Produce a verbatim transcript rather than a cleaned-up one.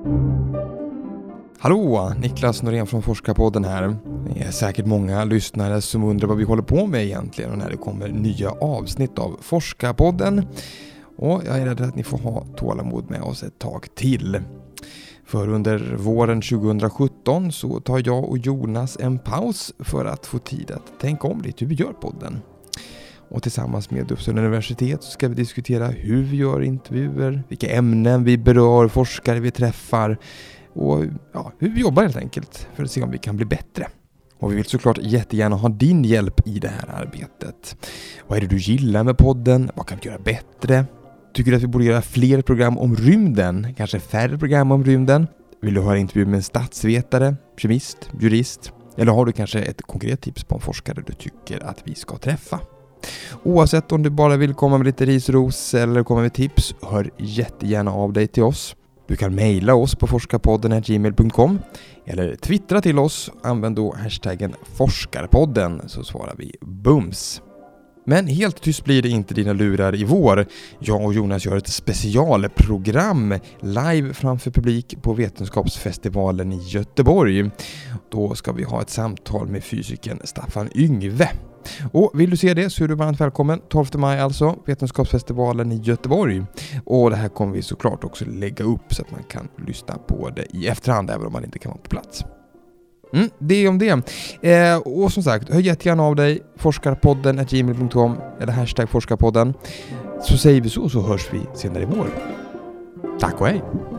Hallå, Niklas Norén från Forskarpodden här. Det är säkert många lyssnare som undrar vad vi håller på med egentligen och när det kommer nya avsnitt av Forskarpodden. Och jag är rädd att ni får ha tålamod med oss ett tag till. För under våren tjugosjutton så tar jag och Jonas en paus för att få tid att tänka om lite hur vi gör podden. Och tillsammans med Uppsala universitet så ska vi diskutera hur vi gör intervjuer, vilka ämnen vi berör, forskare vi träffar och ja, hur vi jobbar helt enkelt för att se om vi kan bli bättre. Och vi vill såklart jättegärna ha din hjälp i det här arbetet. Vad är det du gillar med podden? Vad kan vi göra bättre? Tycker du att vi borde göra fler program om rymden? Kanske färre program om rymden? Vill du höra intervju med en statsvetare, kemist, jurist? Eller har du kanske ett konkret tips på en forskare du tycker att vi ska träffa? Oavsett om du bara vill komma med lite risros eller komma med tips, hör jättegärna av dig till oss. Du kan mejla oss på forskarpodden at gmail punkt com eller twittra till oss. Använd då hashtaggen forskarpodden så svarar vi bums. Men helt tyst blir det inte dina lurar i vår. Jag och Jonas gör ett specialprogram live framför publik på Vetenskapsfestivalen i Göteborg. Då ska vi ha ett samtal med fysikern Staffan Yngve. Och vill du se det så är du varmt välkommen. tolfte maj alltså, Vetenskapsfestivalen i Göteborg. Och det här kommer vi såklart också lägga upp så att man kan lyssna på det i efterhand även om man inte kan vara på plats. Mm, det är om det. Eh, och som sagt, hör jättegärna av dig. Forskarpodden at gmail punkt com eller hashtag forskarpodden. Så säger vi så så hörs vi senare i vår. Tack och hej!